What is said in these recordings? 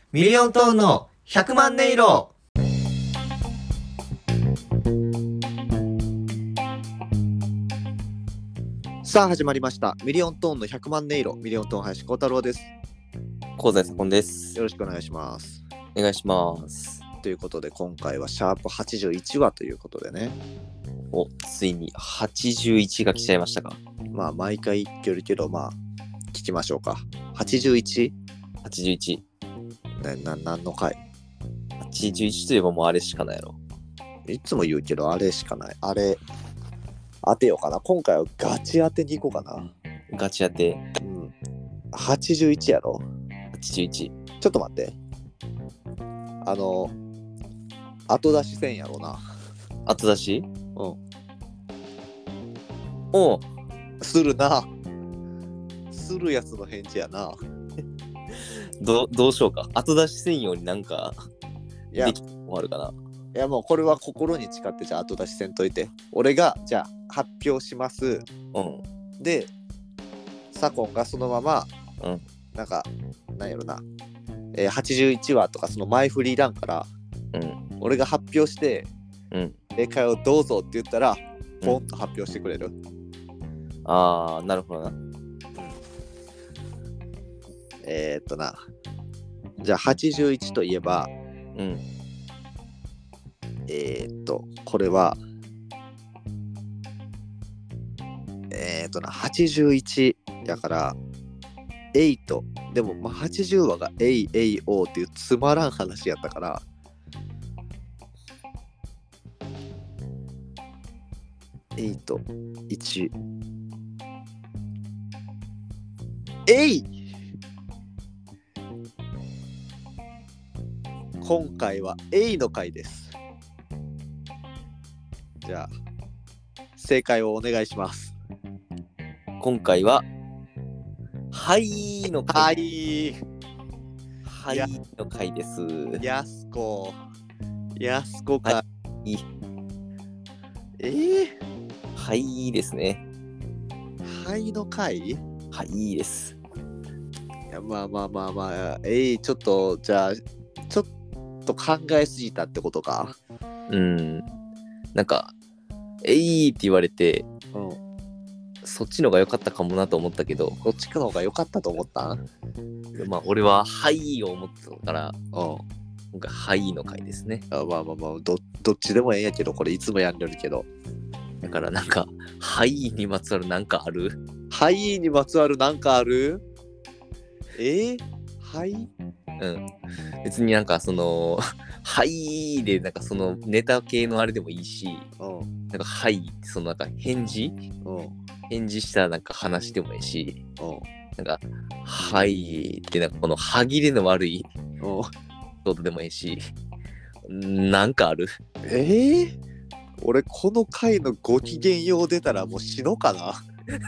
ミリオントーンの100万音色。 さあ始まりましたミリオントーンの100万音色。ミリオントーン林光太郎です。 香西左近です。 よろしくお願いします。 お願いします。 ということで今回はシャープ81話ということでね、 ついに81が来ちゃいましたか。 まあ毎回言ってるけど、まあ聞きましょうか。 81？ 81。 何の回？ 81といえばもうあれしかないやろ。 いつも言うけどあれしかない。あれ当てようかな。今回はガチ当てに行こうかな。 ガチ当て。 81やろ。 81。 ちょっと待って、後出しせんやろな。 後出し？ うんおう。 するな。するやつの返事やな。 どうしようか。後出し専用になんかいやできるのあるかな。 いやもうこれは心に誓って、じゃあ後出しせんといて。俺がじゃあ発表します。 うん。 で左近がそのまま、なんかなんやろな、81話とかその前振りいらんから、俺が発表して、正解をどうぞって言ったらポンと発表してくれる。 ああ、なるほどな。 じゃあ81といえば、これは81やから8でも、まあ、80話が AAO っていうつまらん話やったから、81今回は A の回です。じゃあ正解をお願いします。 今回ははいの回。はいの回です。 やすこか。 はいはいですね。 はいの回？ はいです。 いやまあちょっとじゃあちょっと考えすぎたってことか。 なんかって言われて、そっちの方が良かったかもなと思ったけど、 そっちの方が良かったと思ったん？ まあ俺ははいを思ってたから、今回はいの回ですね。 まあどっちでもええんやけど、これいつもやんでるけど。 だからなんかはいにまつわるなんかある？ はいにまつわるなんかある？はい？ 別になんかそのはいでなんかそのネタ系のあれでもいいし、なんかはいそのなんか返事したなんか話でもいいし、なんかはいってなんかこの歯切れの悪いことでもいいし、なんかある？ 俺この回のご機嫌よう出たらもう死のうかな。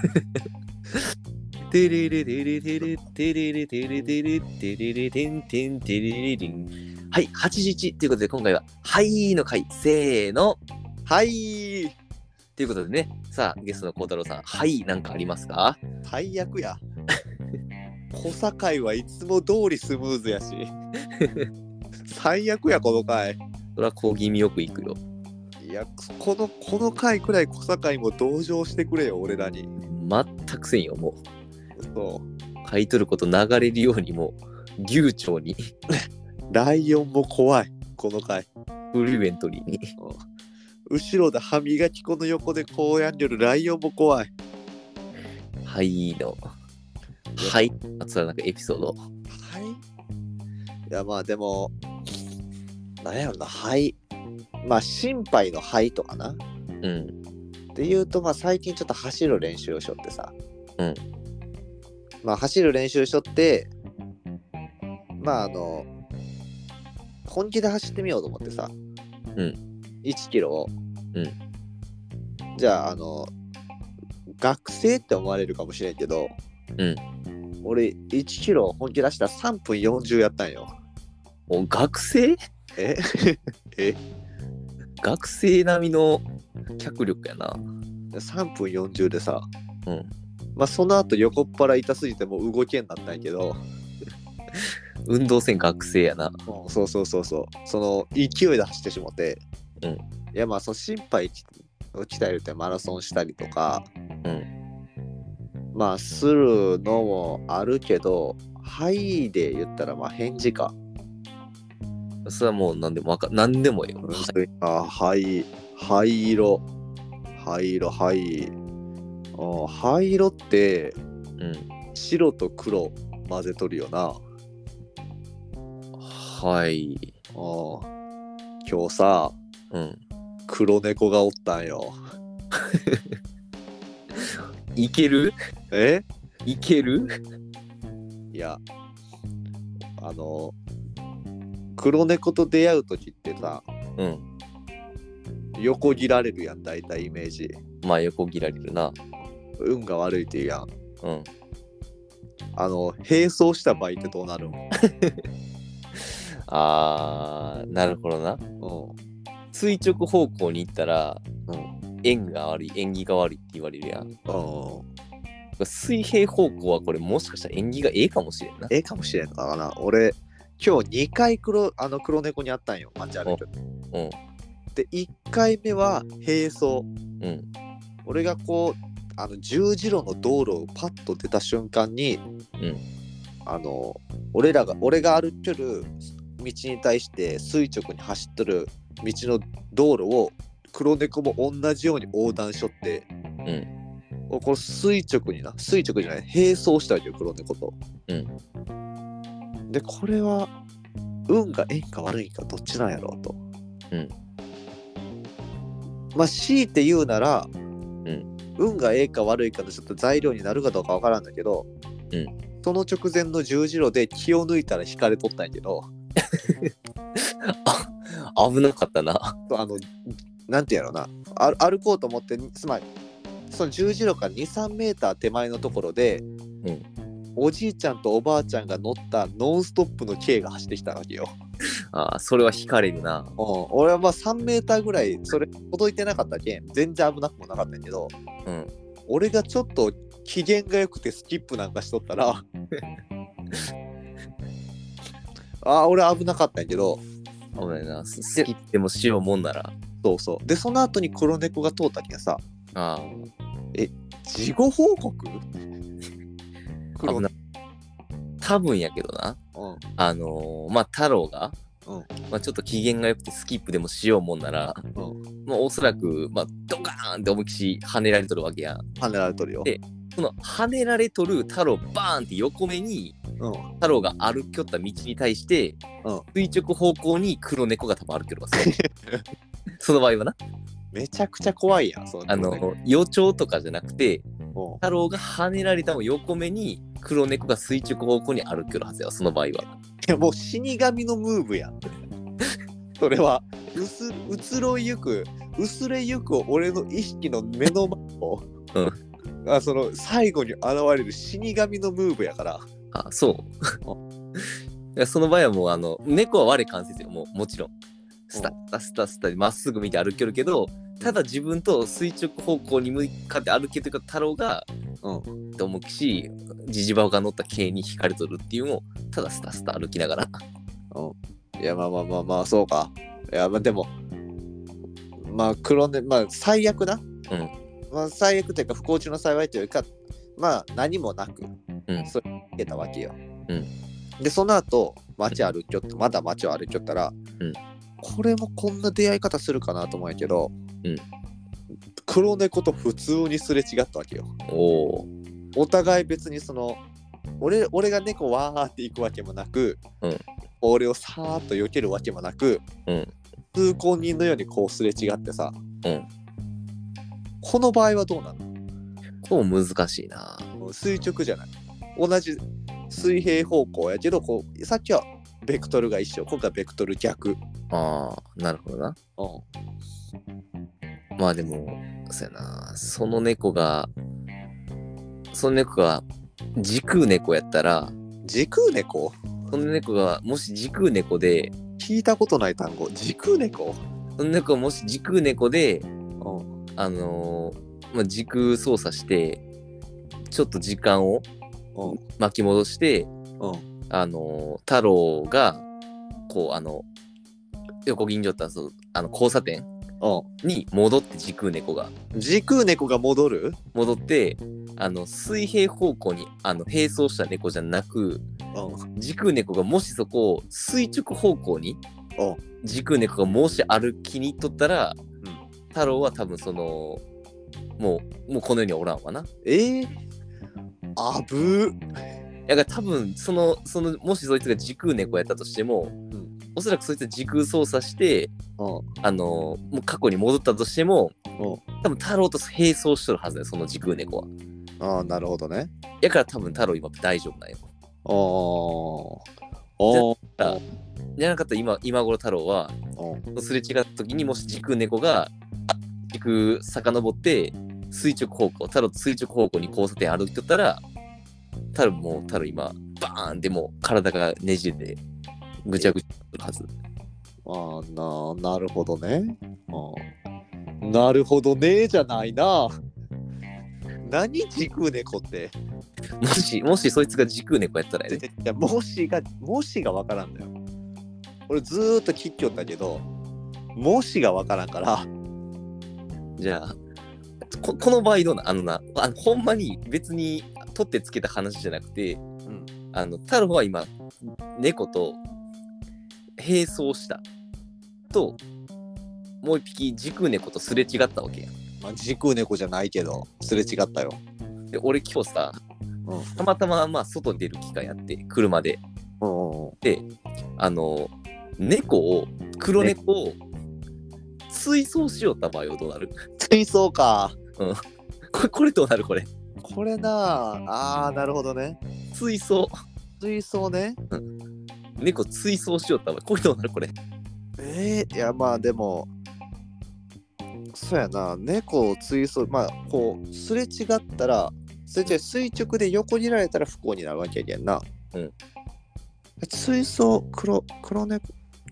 テレレレレレレテレレテレテレテレレテンテンテレレリン。はい、81ということで今回ははいの回。せーの、 はいということでね、さあゲストの孝太郎さん、はいなんかありますか？ 最悪や。小堺はいつも通りスムーズやし。最悪やこの回。 それは小気味よくいくよ。 いやこの回くらい小堺も同情してくれよ俺らに。 全くせんよ。もうそう買い取ること流れるようにもう流暢にライオンも怖いこの回。 フルイントリーに後ろで歯磨き粉の横でこうやんでるライオンも怖い。 はいのはいあつらなんかエピソード。 はいいやまあでもなんやろな、はいまあ心配のはいとかなっていうと、まあ最近ちょっと走る練習をしよってさ、まあ走る練習しよって、まあ本気で走ってみようと思ってさ、1キロを、じゃあ学生って思われるかもしれんけど、俺1キロ本気出したら3分40やったんよ。 お学生？学生並みの脚力やな。 3分40でさ、まあその後横っ腹痛すぎてもう動けんなったんやけど運動せん学生やな。 そう。その勢いで走ってしもて、 うん。 いやまあその心肺を鍛えるってマラソンしたりとか、 うん。 まあするのもあるけど、はいで言ったらまあ返事か。 それはもう何でも何でもよ。 灰色。灰色って、 うん。 白と黒混ぜとるよな。 はい。 今日さ、 うん。 黒猫がおったんよ。 いける？いける？ いや、黒猫と出会う時ってさ、 うん。 横切られるやん、大体イメージ。 まあ横切られるな。 運が悪いって言うやん。 うん。 並走した場合ってどうなるん？ なるほどな。垂直方向に行ったら、縁起が悪いって言われるやん。水平方向はこれもしかしたら縁起がええかもしれんな。 ええかもしれんのかな。俺、今日2回黒猫に会ったんよ、街歩いて。で、1回目は並走。俺がこう、十字路の道路をパッと出た瞬間に、俺が歩ける道に対して垂直に走ってる道の道路を黒猫も同じように横断しとって、これ垂直じゃない並走したわけよ、黒猫と。でこれは運が縁か悪いかどっちなんやろうと。まあ強いて言うなら、運がええか悪いかのちょっと材料になるかどうかわからんだけど、その直前の十字路で気を抜いたら引かれとったんやけど危なかったな。 なんてやろな、歩こうと思って、つまりその十字路から 2,3 メーター手前のところで、おじいちゃんとおばあちゃんが乗ったノンストップの軽が走ってきたわけよ。 それは引かれるな。 俺はまあ3メーターぐらいそれ届いてなかったけん全然危なくもなかったんやけど、俺がちょっと機嫌が良くてスキップなんかしとったら俺危なかったんやけど、 危ないな。スキップでもしようもんなら。 そうでその後に黒猫が通ったけんさ、事後報告？ 危ない。多分やけどな。まあ太郎が、まあちょっと機嫌が良くてスキップでもしようもんなら、まあおそらくまあドカーンって思いっきし跳ねられとるわけやん。 跳ねられとるよ。 で、その跳ねられとる太郎バーンって横目に、太郎が歩きよった道に対して、垂直方向に黒猫が多分歩きよるわ。その場合はな。 めちゃくちゃ怖いやん。 予兆とかじゃなくて、太郎が跳ねられたの横目に黒猫が垂直方向に歩きよるはずや、その場合は。 いやもう死神のムーブやん。それは薄れゆく俺の意識の目の前を、その最後に現れる死神のムーブやから。 そうその場合はもう猫は我関節よ、もちろんスタスタまっすぐ見て歩けるけど、ただ自分と垂直方向に向かって歩けてるか太郎がと思うし、ジジバオが乗った軽に引かれとるっていうのをただスタスタ歩きながらいやまあそうか。いやまあでもまあまあ最悪な、まあ最悪というか不幸中の幸いというか、まあ何もなく、それ受けたわけよ。でその後街を歩きよったら、これもこんな出会い方するかなと思うんやけど、黒猫と普通にすれ違ったわけよ。お互い別にその俺が猫わーって行くわけもなく、俺をさーっと避けるわけもなく、通行人のようにこうすれ違ってさ、この場合はどうなの？ こう難しいな。 垂直じゃない。同じ水平方向やけど、こうさっきはベクトルが一緒、今回はベクトル逆。 なるほどな。まあでもそうやな、その猫が時空猫やったら、 時空猫？ その猫がもし時空猫で、 聞いたことない単語、時空猫？ その猫がもし時空猫で、時空操作してちょっと時間を巻き戻して、 太郎がこう横銀所って交差点に戻って時空猫が戻って水平方向に並走した猫じゃなく、時空猫がもしそこを垂直方向に時空猫がもし歩きに行っとったら、太郎は多分もうこの世にはおらんわな。 あぶー。 だから多分もしそいつが時空猫やったとしても、おそらくそいつは時空操作してもう過去に戻ったとしても多分太郎と並走しとるはずだよ、その時空猫は。 なるほどね。 やから多分太郎今大丈夫なんよ。じゃなかったら今頃太郎はすれ違った時にもし時空猫が時空遡って太郎と垂直方向に交差点歩いとったら太郎今バーンでも体がねじれてぐちゃぐちゃするはず。 なるほどね。なるほどねじゃないな。何時空猫って。 もしそいつが時空猫やったらね。 いやもしが分からんだよ。俺ずーっと聞きよったけどもしが分からんから。 じゃあこの場合どうなほんまに別に取ってつけた話じゃなくて、太郎は今猫と並走したともう一匹時空猫とすれ違ったわけや。 時空猫じゃないけどすれ違ったよ。 で俺今日さ、たまたま外に出る機会あって車で、で黒猫を追走しよった場合はどうなる？ 追走か。 これどうなる？これななるほどね。 追走ね。 猫追走しよった場合これどうなる？これいやまあでもそうやな、猫を追走こうすれ違ったら垂直で横にいられたら不幸になるわけやけんな。追走黒猫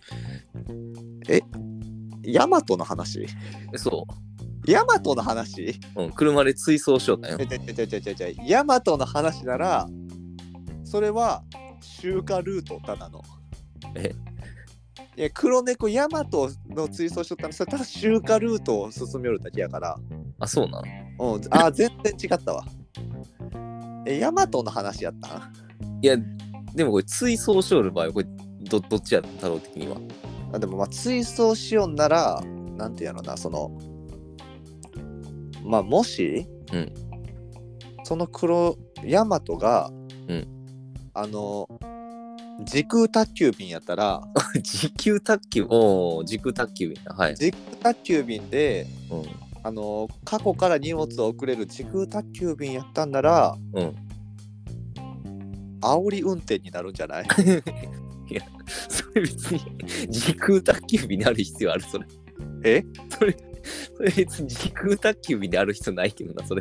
ヤマトの話？ そうヤマトの話？ 車で追走しよったよ。 ヤマトの話ならそれは周回ルートただの。いや黒猫ヤマトの追走しとったらそれただ周回ルートを進めよるだけやから。 そうなの？ 全然違ったわ。ヤマトの話やった？ いやでもこれ追走しよる場合はこれどっちやった太郎的には？ でも追走しよんならなんてやろなもし、そのヤマトが、時空宅急便やったら時空宅急便だ。はい。 時空宅急便で、過去から荷物を送れる時空宅急便やったんなら、煽り運転になるんじゃない？ いや、それ別に時空宅急便にある必要ある？それそれ別に時空宅急便である必要ないけどな、それ。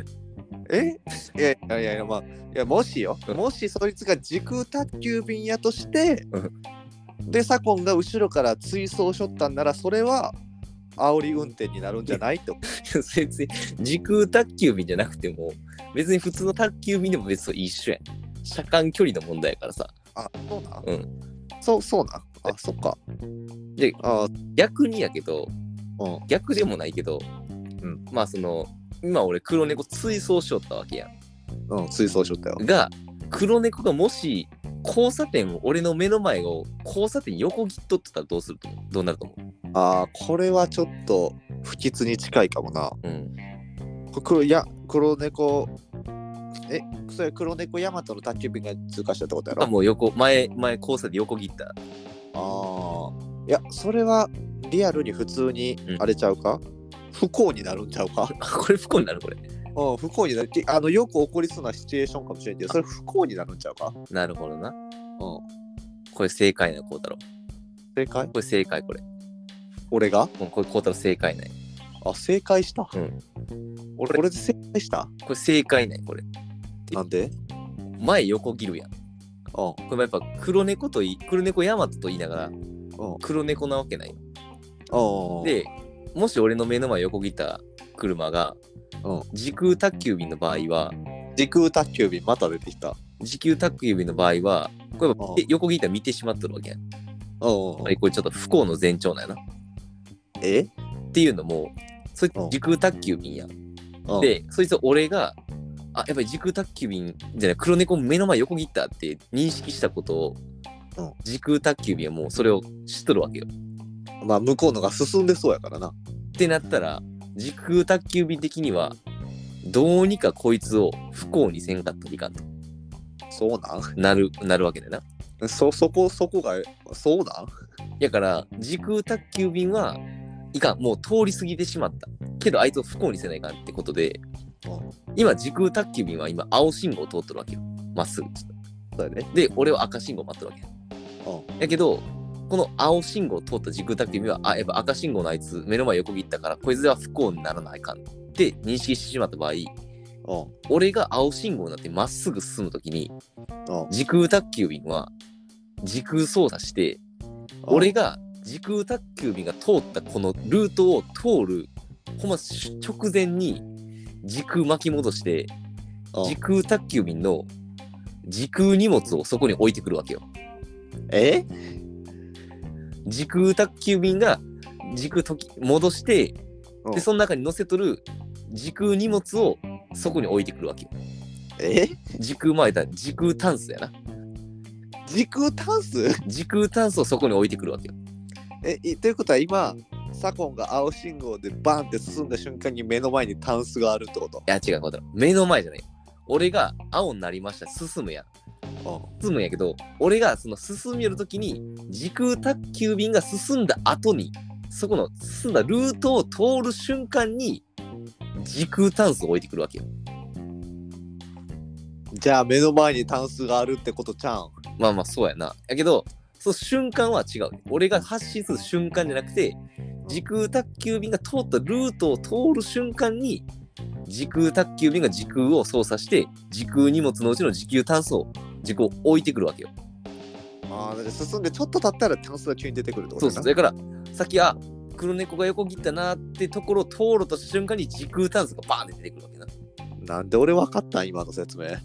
いやもしよ、もしそいつが時空宅急便やとして、で左近が後ろから追走しょったんならそれは煽り運転になるんじゃないと。 別に時空宅急便じゃなくても別に普通の宅急便でも別に一緒やん。車間距離の問題やからさ。 そうなん？そうなん？そっか。 で逆にやけど、逆でもないけど、今俺黒猫追走しよったわけやん。 追走しよったよ。 が黒猫がもし俺の目の前を交差点横切っとってたらどうなると思う？ これはちょっと不吉に近いかもな。黒猫それ黒猫ヤマトの宅急便が通過したってことやろ？ もう前交差点横切った。 いやそれはリアルに普通にあれちゃうか？不幸になるんちゃうか？ これ不幸になる？これ不幸になる。よく起こりそうなシチュエーションかもしれんけどそれ不幸になるんちゃうか？ なるほどな。これ正解なこうたろ。 正解？ これ正解。これ俺が？ これこうたろ正解ない。 正解した。俺で正解した。 これ正解ない。これなんで？ 前横切るやん。これやっぱ黒猫ヤマトと言いながら黒猫なわけない。でもし俺の目の前横切った車が時空宅急便の場合は時空宅急便また出てきた。 時空宅急便の場合はこれ横切ったら見てしまっとるわけやん。これちょっと不幸の前兆なんやな。っていうのも、そいつ時空宅急便やん。で、そいつ俺が、やっぱり時空宅急便じゃない、黒猫目の前横切ったって認識したことを、時空宅急便はもうそれを知っとるわけよ。 まあ向こうのが進んでそうやからな。 ってなったら、時空宅急便的には、どうにかこいつを不幸にせんかったらいかんと。 そうなるわけだよな。 そこが、そうなんやから、時空宅急便はいかん。もう通り過ぎてしまった。けどあいつを不幸にせないかんってことで、今時空宅急便は今青信号を通ってるわけよ。まっすぐ。 そうだね。 で、俺は赤信号待ってるわけよ。やけど、この青信号を通った時空宅急便は、やっぱ赤信号のあいつ目の前横切ったから、こいつでは不幸にならないかんって認識してしまった場合、俺が青信号になってまっすぐ進むときに、時空宅急便は時空操作して、俺が時空宅急便が通ったこのルートを通るほんま直前に時空巻き戻して、時空宅急便の時空荷物をそこに置いてくるわけよ。時空宅急便が時空戻して、でその中に乗せとる時空荷物をそこに置いてくるわけよ。時空前だ、時空タンスやな。 時空タンス？ 時空タンスをそこに置いてくるわけよ。 ということは今左近が青信号でバーンって進んだ瞬間に目の前にタンスがあるってこと？ いや違うことだ。目の前じゃない。俺が青になりました。進むやん。進むんやけど、俺がその進み寄るときに時空宅急便が進んだ後に、そこの進んだルートを通る瞬間に時空タンスを置いてくるわけよ。 じゃあ目の前にタンスがあるってことちゃうん？ まあそうやな。やけどその瞬間は違う。俺が発信する瞬間じゃなくて、時空宅急便が通ったルートを通る瞬間に時空宅急便が時空を操作して時空荷物のうちの時空タンスを置いてくるわけよ。 だって進んでちょっと経ったらタンスが急に出てくるってことだな。そうだからさっき黒猫が横切ったなってところを通るとした瞬間に時空タンスがバーンって出てくるわけな。 なんで俺分かったん今の説明。い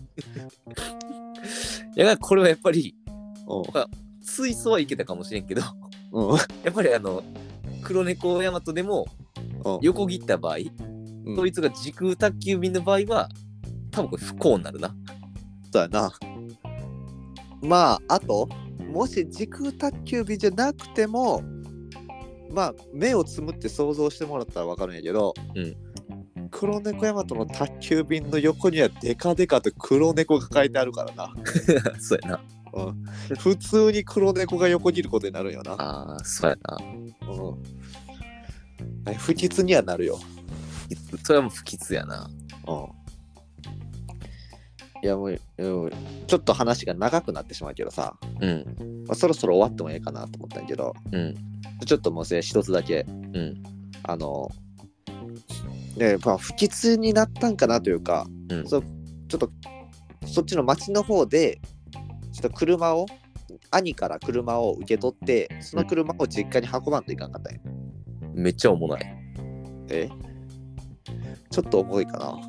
やこれはやっぱり水素はいけたかもしれんけど、やっぱり黒猫ヤマトでも横切った場合、そいつが時空宅急便の場合は多分これ不幸になるな。 そうやな。まああともし時空宅急便じゃなくても目をつむって想像してもらったら分かるんやけど、黒猫ヤマトの宅急便の横にはデカデカと黒猫が書いてあるからな。 そうやな。 普通に黒猫が横切ることになるよな。 そうやな。不吉にはなるよ。 それはもう不吉やな。 いやもうちょっと話が長くなってしまうけどさ、そろそろ終わってもいいかなと思ったんやけど、ちょっともう一つだけ、不吉になったんかなというか、ちょっとそっちの町の方でちょっと兄から車を受け取ってその車を実家に運ばんといかんかったんよ。 めっちゃ重ない。 ちょっと重いかな。ま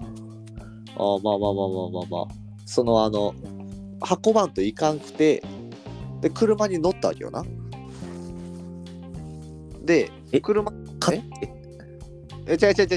あその運ばんといかんくて、で車に乗ったわけよな。で車買って違う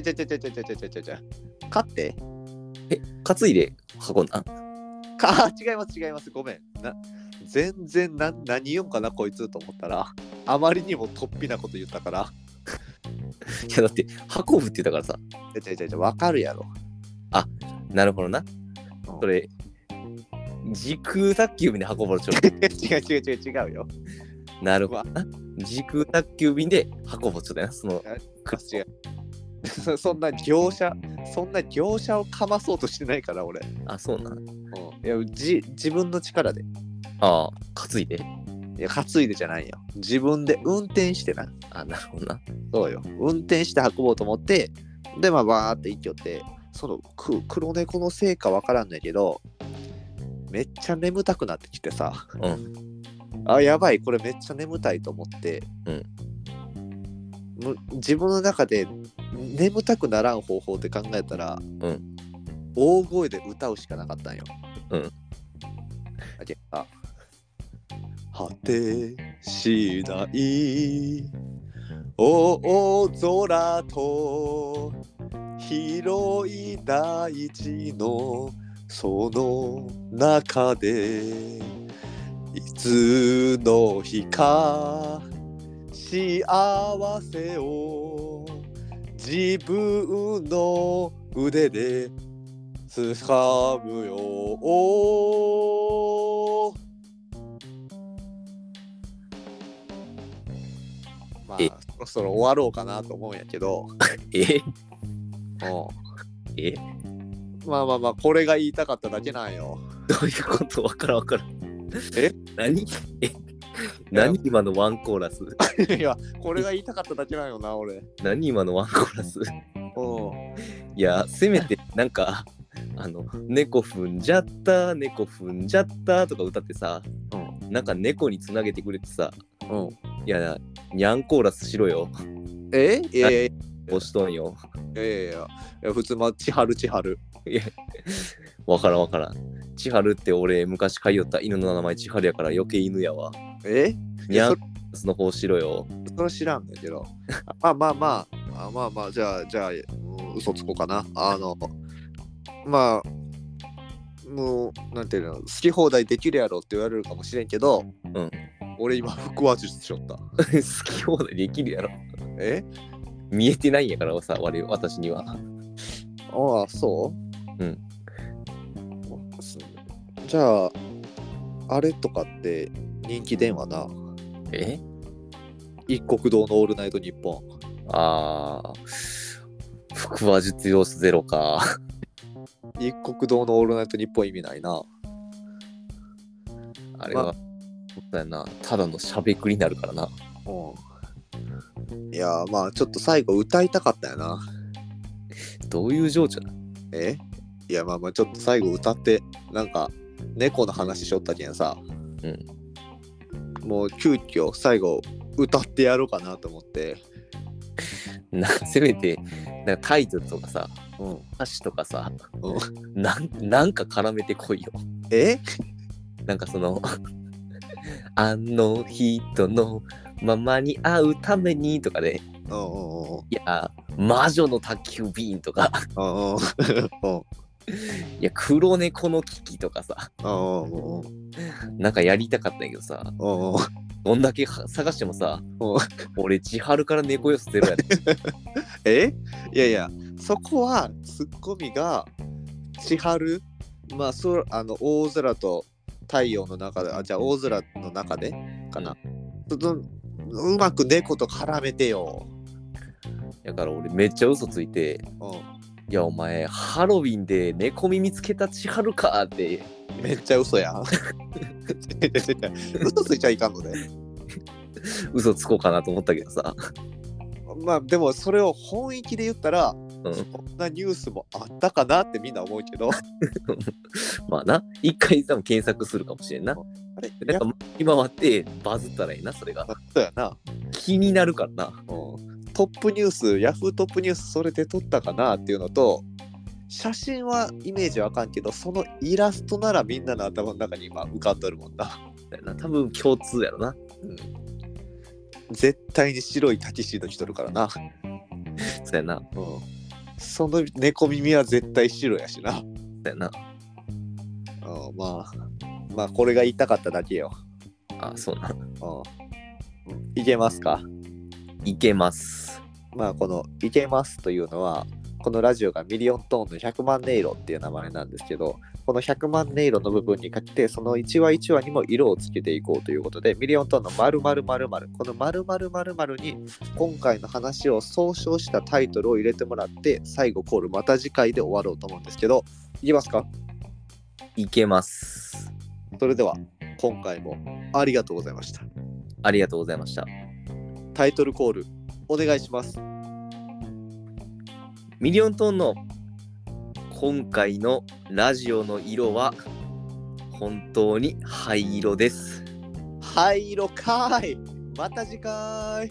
買って担いで運んだ？ 違いますごめん全然何言うんかなこいつと思ったら、あまりにも突飛なこと言ったから。 いやだって運ぶって言ったからさ。 分かるやろ。 なるほどな。それ時空宅急便で運ばれちゃう。 違うよ。 なるほどな。時空宅急便で運ぶちょっとやな。 違う。そんな業者をかまそうとしてないから俺。 そうな。 いや自分の力で。 担いで？ いや担いでじゃないよ。自分で運転してな。 なるほどな。 そうよ。運転して運ぼうと思って、でバーって行きよって、その黒猫のせいかわからんねんけど、めっちゃ眠たくなってきてさ。やばいこれめっちゃ眠たいと思って。自分の中で眠たくならん方法って考えたら、大声で歌うしかなかったんよ。だけど果てしない大空と広い大地のその中でいつの日か幸せを自分の腕で掴むよ。まあそろそろ終わろうかなと思うんやけどまあこれが言いたかっただけなんよ。 どういうこと？わからん。何今のワンコーラスいやこれが言いたかっただけなんよな俺。 何今のワンコーラスいやせめてなんか猫踏んじゃった猫踏んじゃったとか歌ってさ、なんか猫につなげてくれてさ、いやニャンコーラスしろよ。 いや押しとんよ。 いや普通千春いやわからん。千春って俺昔飼いよった犬の名前千春やから余計犬やわ。ニャンコーラスの方しろよ。 それ知らんだけどまあじゃあ嘘つこうかな。まあもうなんていうの好き放題できるやろって言われるかもしれんけど、俺今腹話術しよった。 好き放題できるやろ。見えてないんやからさ私には。 ああそう？じゃああれとかって人気電話な。一国堂のオールナイトニッポン。 腹話術要素ゼロか。 一国堂のオールナイトニッポン意味ないな。 あれは、そうやな、ただのしゃべくりになるからな。 いやまあちょっと最後歌いたかったよな。 どういう情緒な？ いやまあちょっと最後歌ってなんか猫の話しよったけんさ、もう急遽最後歌ってやろうかなと思って。 せめてなんかタイトルとかさ、歌詞とかさ、なんか絡めてこいよ。なんかそのあの人のママに会うためにとかで、いや魔女の宅急便とかいや黒猫の危機とかさ、なんかやりたかったんやけどさ、どんだけ探してもさ、俺千春から猫要素ゼロやで。いやそこはツッコミが千春、大空と太陽の中で、じゃあ大空の中でかな、うまく猫と絡めてよ。 だから俺めっちゃ嘘ついて、いやお前ハロウィンで猫耳つけた千春かって。 めっちゃ嘘やん。嘘ついちゃいかんのね。 嘘つこうかなと思ったけどさ。 まあでもそれを本意気で言ったら、そんなニュースもあったかなってみんな思うけど。 まあな、一回多分検索するかもしれんな。なんか今回ってバズったらいいな、それが。 そうやな。 気になるからな。 トップニュース、ヤフートップニュースそれで撮ったかなっていうのと、写真はイメージわかんけど、そのイラストならみんなの頭の中に今浮かんどるもんな。 多分共通やろな。 絶対に白いタキシード着とるからな。 そうやな。 その猫耳は絶対白やしな。 そうやな。 まあこれが言いたかっただけよ。 そうな。 いけますか？ いけます。 まあこのいけますというのは、このラジオがミリオントーンの100万音色っていう名前なんですけど、この100万音色の部分にかけて、その1話1話にも色をつけていこうということで、ミリオントーンの〇〇〇〇、この〇〇〇〇に今回の話を総称したタイトルを入れてもらって、最後コールまた次回で終わろうと思うんですけど、いけますか？ いけます。 それでは今回もありがとうございました。 ありがとうございました。 タイトルコールお願いします。 ミリオントーンの今回のラジオの色は本当に灰色です。 灰色かーい。また次回。